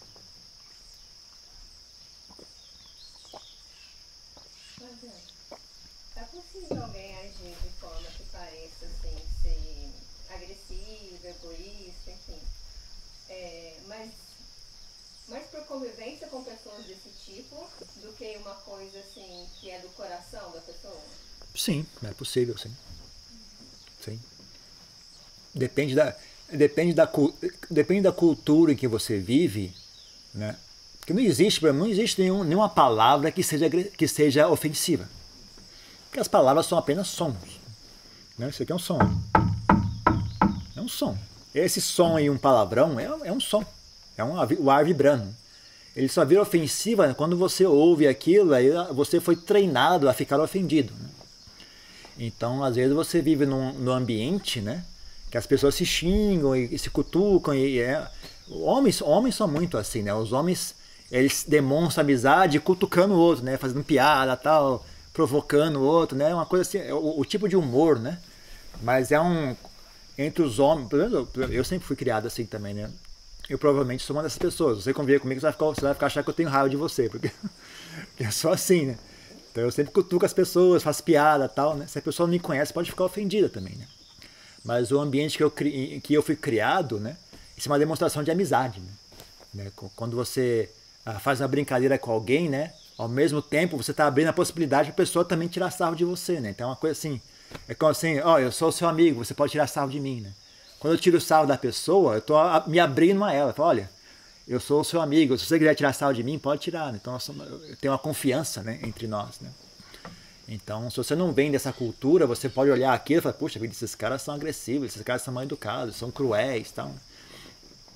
É possível alguém agir de forma que pareça assim, ser agressivo, egoísta, enfim, é, mas, mas por convivência com pessoas desse tipo, do que uma coisa assim que é do coração da pessoa? Sim, é possível, sim. Sim. Depende da, depende da, depende da cultura em que você vive, né? Porque não existe, não existe nenhum, nenhuma palavra que seja, que seja ofensiva. Porque as palavras são apenas sons, né? Isso aqui é um som. É um som. Esse som e um palavrão é, é um som. É um, o ar vibrando. Ele só vira ofensiva quando você ouve aquilo, aí você foi treinado a ficar ofendido, né? Então, às vezes você vive num, num ambiente, né, que as pessoas se xingam e, e se cutucam. E, e é, homens, homens são muito assim, né? Os homens, eles demonstram amizade cutucando o outro, né? Fazendo piada, tal, provocando o outro, né? Uma coisa assim, é o, o tipo de humor, né? Mas é um... Entre os homens... Eu sempre fui criado assim também, né? Eu provavelmente sou uma dessas pessoas. Você conviver comigo, você vai ficar, você vai ficar achando que eu tenho raiva de você, porque, porque eu sou assim, né? Então eu sempre cutuco as pessoas, faço piada e tal, né? Se a pessoa não me conhece, pode ficar ofendida também, né? Mas o ambiente que eu, cri... que eu fui criado, né? Isso é uma demonstração de amizade, né? Quando você faz uma brincadeira com alguém, né? Ao mesmo tempo, você está abrindo a possibilidade para a pessoa também tirar sarro de você, né? Então é uma coisa assim, é como assim, ó, oh, eu sou o seu amigo, você pode tirar sarro de mim, né? Quando eu tiro sarro da pessoa, eu estou me abrindo a ela, eu falo, olha, eu sou o seu amigo, se você quiser tirar sarro de mim, pode tirar, né? Então eu tenho uma confiança, né, entre nós, né? Então, se você não vem dessa cultura, você pode olhar aquilo e falar, puxa vida, esses caras são agressivos, esses caras são mal educados, são cruéis, tal.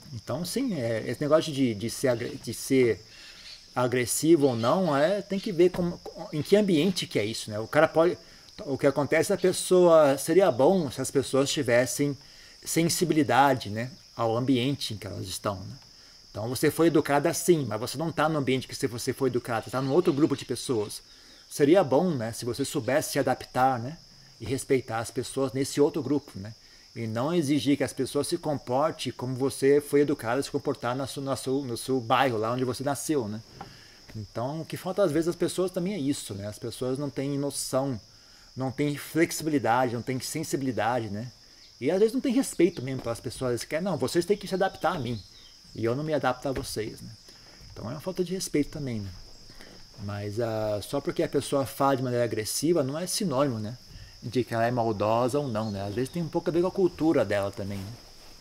Então, sim, é, esse negócio de, de, ser, de ser agressivo ou não, é, tem que ver como, em que ambiente que é isso, né? O cara pode... O que acontece é que a pessoa... Seria bom se as pessoas tivessem sensibilidade, né, ao ambiente em que elas estão, né? Então, você foi educada assim, mas você não está no ambiente que você foi educada, você está num outro grupo de pessoas. Seria bom, né, se você soubesse se adaptar, né, e respeitar as pessoas nesse outro grupo, né? E não exigir que as pessoas se comportem como você foi educado a se comportar no seu, no seu, no seu bairro, lá onde você nasceu, né? Então, o que falta às vezes às pessoas também é isso, né? As pessoas não têm noção, não têm flexibilidade, não têm sensibilidade, né? E às vezes não tem respeito mesmo pelas pessoas. Eles querem, não, vocês têm que se adaptar a mim. E eu não me adapto a vocês, né? Então é uma falta de respeito também, né? Mas uh, só porque a pessoa fala de maneira agressiva não é sinônimo, né, de que ela é maldosa ou não, né? Às vezes tem um pouco a ver com a cultura dela também, né?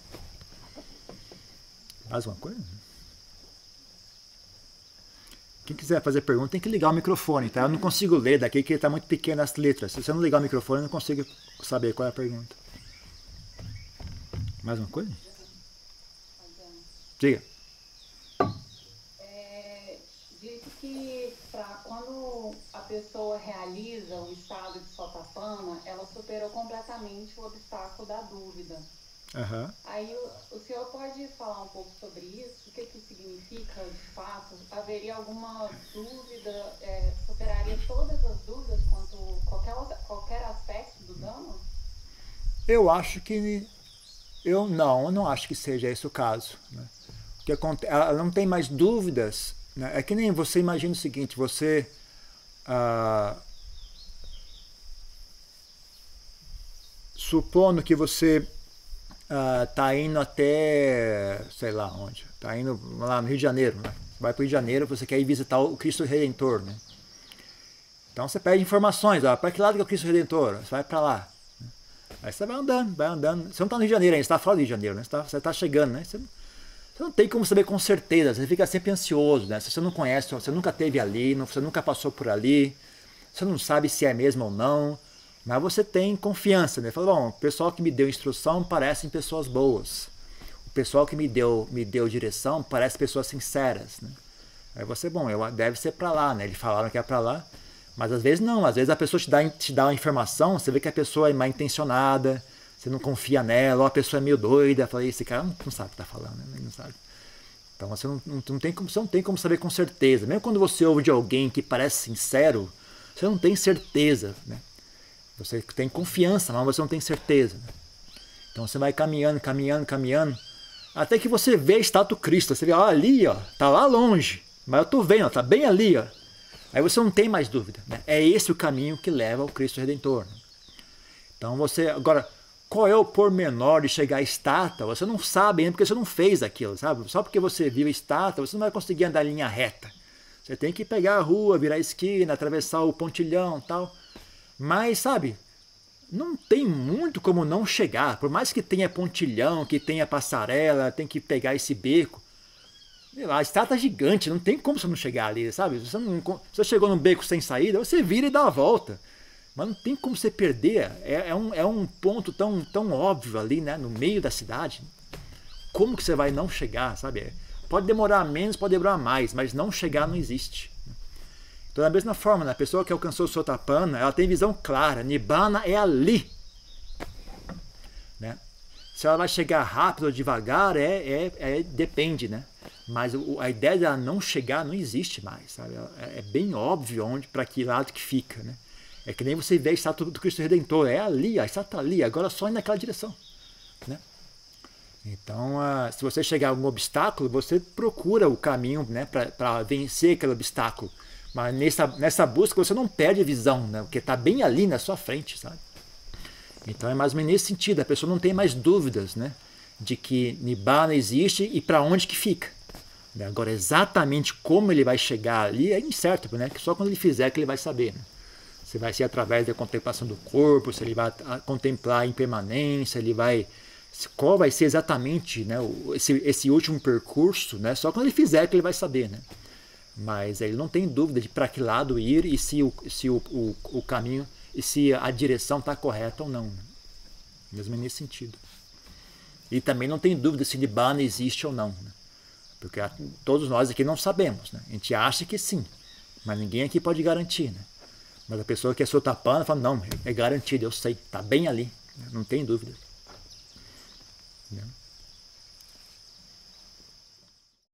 Mais uma coisa? Quem quiser fazer pergunta tem que ligar o microfone, tá? Eu não consigo ler daqui porque está muito pequeno as letras. Se você não ligar o microfone, eu não consigo saber qual é a pergunta. Mais uma coisa? Diga. É, diz que pra, quando a pessoa realiza o estado de Sotapanna, ela superou completamente o obstáculo da dúvida. Uhum. Aí o, o senhor pode falar um pouco sobre isso? O que, que significa de fato? Haveria alguma dúvida? É, superaria todas as dúvidas quanto qualquer, qualquer aspecto do Dhamma? Eu acho que... Eu não, eu não acho que seja esse o caso, né? Que ela não tem mais dúvidas, né? É que nem você imagina o seguinte, você ah, supondo que você está ah, indo até, sei lá onde, está indo lá no Rio de Janeiro, né? Você vai para o Rio de Janeiro, você quer ir visitar o Cristo Redentor, né? Então você pede informações, para que lado que é o Cristo Redentor? Você vai para lá. Aí você vai andando, vai andando. Você não está no Rio de Janeiro ainda, você está fora do Rio de Janeiro, né? Você está tá chegando, né? Você, você não tem como saber com certeza, você fica sempre ansioso, né? Se você não conhece, você nunca esteve ali, você nunca passou por ali, você não sabe se é mesmo ou não, mas você tem confiança, né? Fala, bom, o pessoal que me deu instrução parecem pessoas boas. O pessoal que me deu, me deu direção parece pessoas sinceras, né? Aí você, bom, eu, deve ser para lá, né? Eles falaram que é para lá. Mas às vezes não, às vezes a pessoa te dá, te dá uma informação, você vê que a pessoa é mal intencionada, você não confia nela, ou a pessoa é meio doida, fala, esse cara não, não sabe o que está falando, né? Não sabe. Então você não, não, não, tem como, você não tem como saber com certeza. Mesmo quando você ouve de alguém que parece sincero, você não tem certeza, né? Você tem confiança, mas você não tem certeza, né? Então você vai caminhando, caminhando, caminhando, até que você vê a estátua do Cristo, você vê, ó, ali, ó, tá lá longe, mas eu tô vendo, ó, tá bem ali, ó. Aí você não tem mais dúvida, né? É esse o caminho que leva ao Cristo Redentor, né? Então você, agora, qual é o pormenor de chegar à estátua? Você não sabe ainda porque você não fez aquilo, sabe? Só porque você viu a estátua, você não vai conseguir andar em linha reta. Você tem que pegar a rua, virar a esquina, atravessar o pontilhão e tal. Mas, sabe, não tem muito como não chegar. Por mais que tenha pontilhão, que tenha passarela, tem que pegar esse beco. A estátua é gigante, não tem como você não chegar ali, sabe? Você, não, você chegou num beco sem saída, você vira e dá a volta. Mas não tem como você perder. É, é, um, é um ponto tão, tão óbvio ali, né? No meio da cidade. Como que você vai não chegar, sabe? Pode demorar menos, pode demorar mais, mas não chegar não existe. Então, da mesma forma, né? A pessoa que alcançou o Sotapanna, ela tem visão clara. Nibbana é ali. Né? Se ela vai chegar rápido ou devagar, é, é, é, depende, né? Mas a ideia dela não chegar não existe mais, sabe? É bem óbvio onde, para que lado que fica, né? É que nem você vê a estátua do Cristo Redentor, é ali, a estátua ali, agora só ir naquela direção, né? Então, uh, se você chegar a algum obstáculo, você procura o caminho, né, para vencer aquele obstáculo. Mas nessa, nessa busca você não perde a visão, né? Porque está bem ali na sua frente, sabe? Então é mais ou menos nesse sentido, a pessoa não tem mais dúvidas, né, de que Nibbana existe e para onde que fica. Agora, exatamente como ele vai chegar ali é incerto, né? Que só quando ele fizer que ele vai saber, né? Se vai ser através da contemplação do corpo, se ele vai contemplar a impermanência, ele vai... Qual vai ser exatamente, né, esse, esse último percurso, né? Só quando ele fizer que ele vai saber, né? Mas ele não tem dúvida de para que lado ir e se o, se o, o, o caminho, e se a direção está correta ou não. Mesmo nesse sentido. E também não tem dúvida se Nibbana existe ou não. Né? Porque todos nós aqui não sabemos. Né? A gente acha que sim, mas ninguém aqui pode garantir. Né? Mas a pessoa que é Sotapanna fala, não, é garantido, eu sei, está bem ali. Né? Não tem dúvida. Né?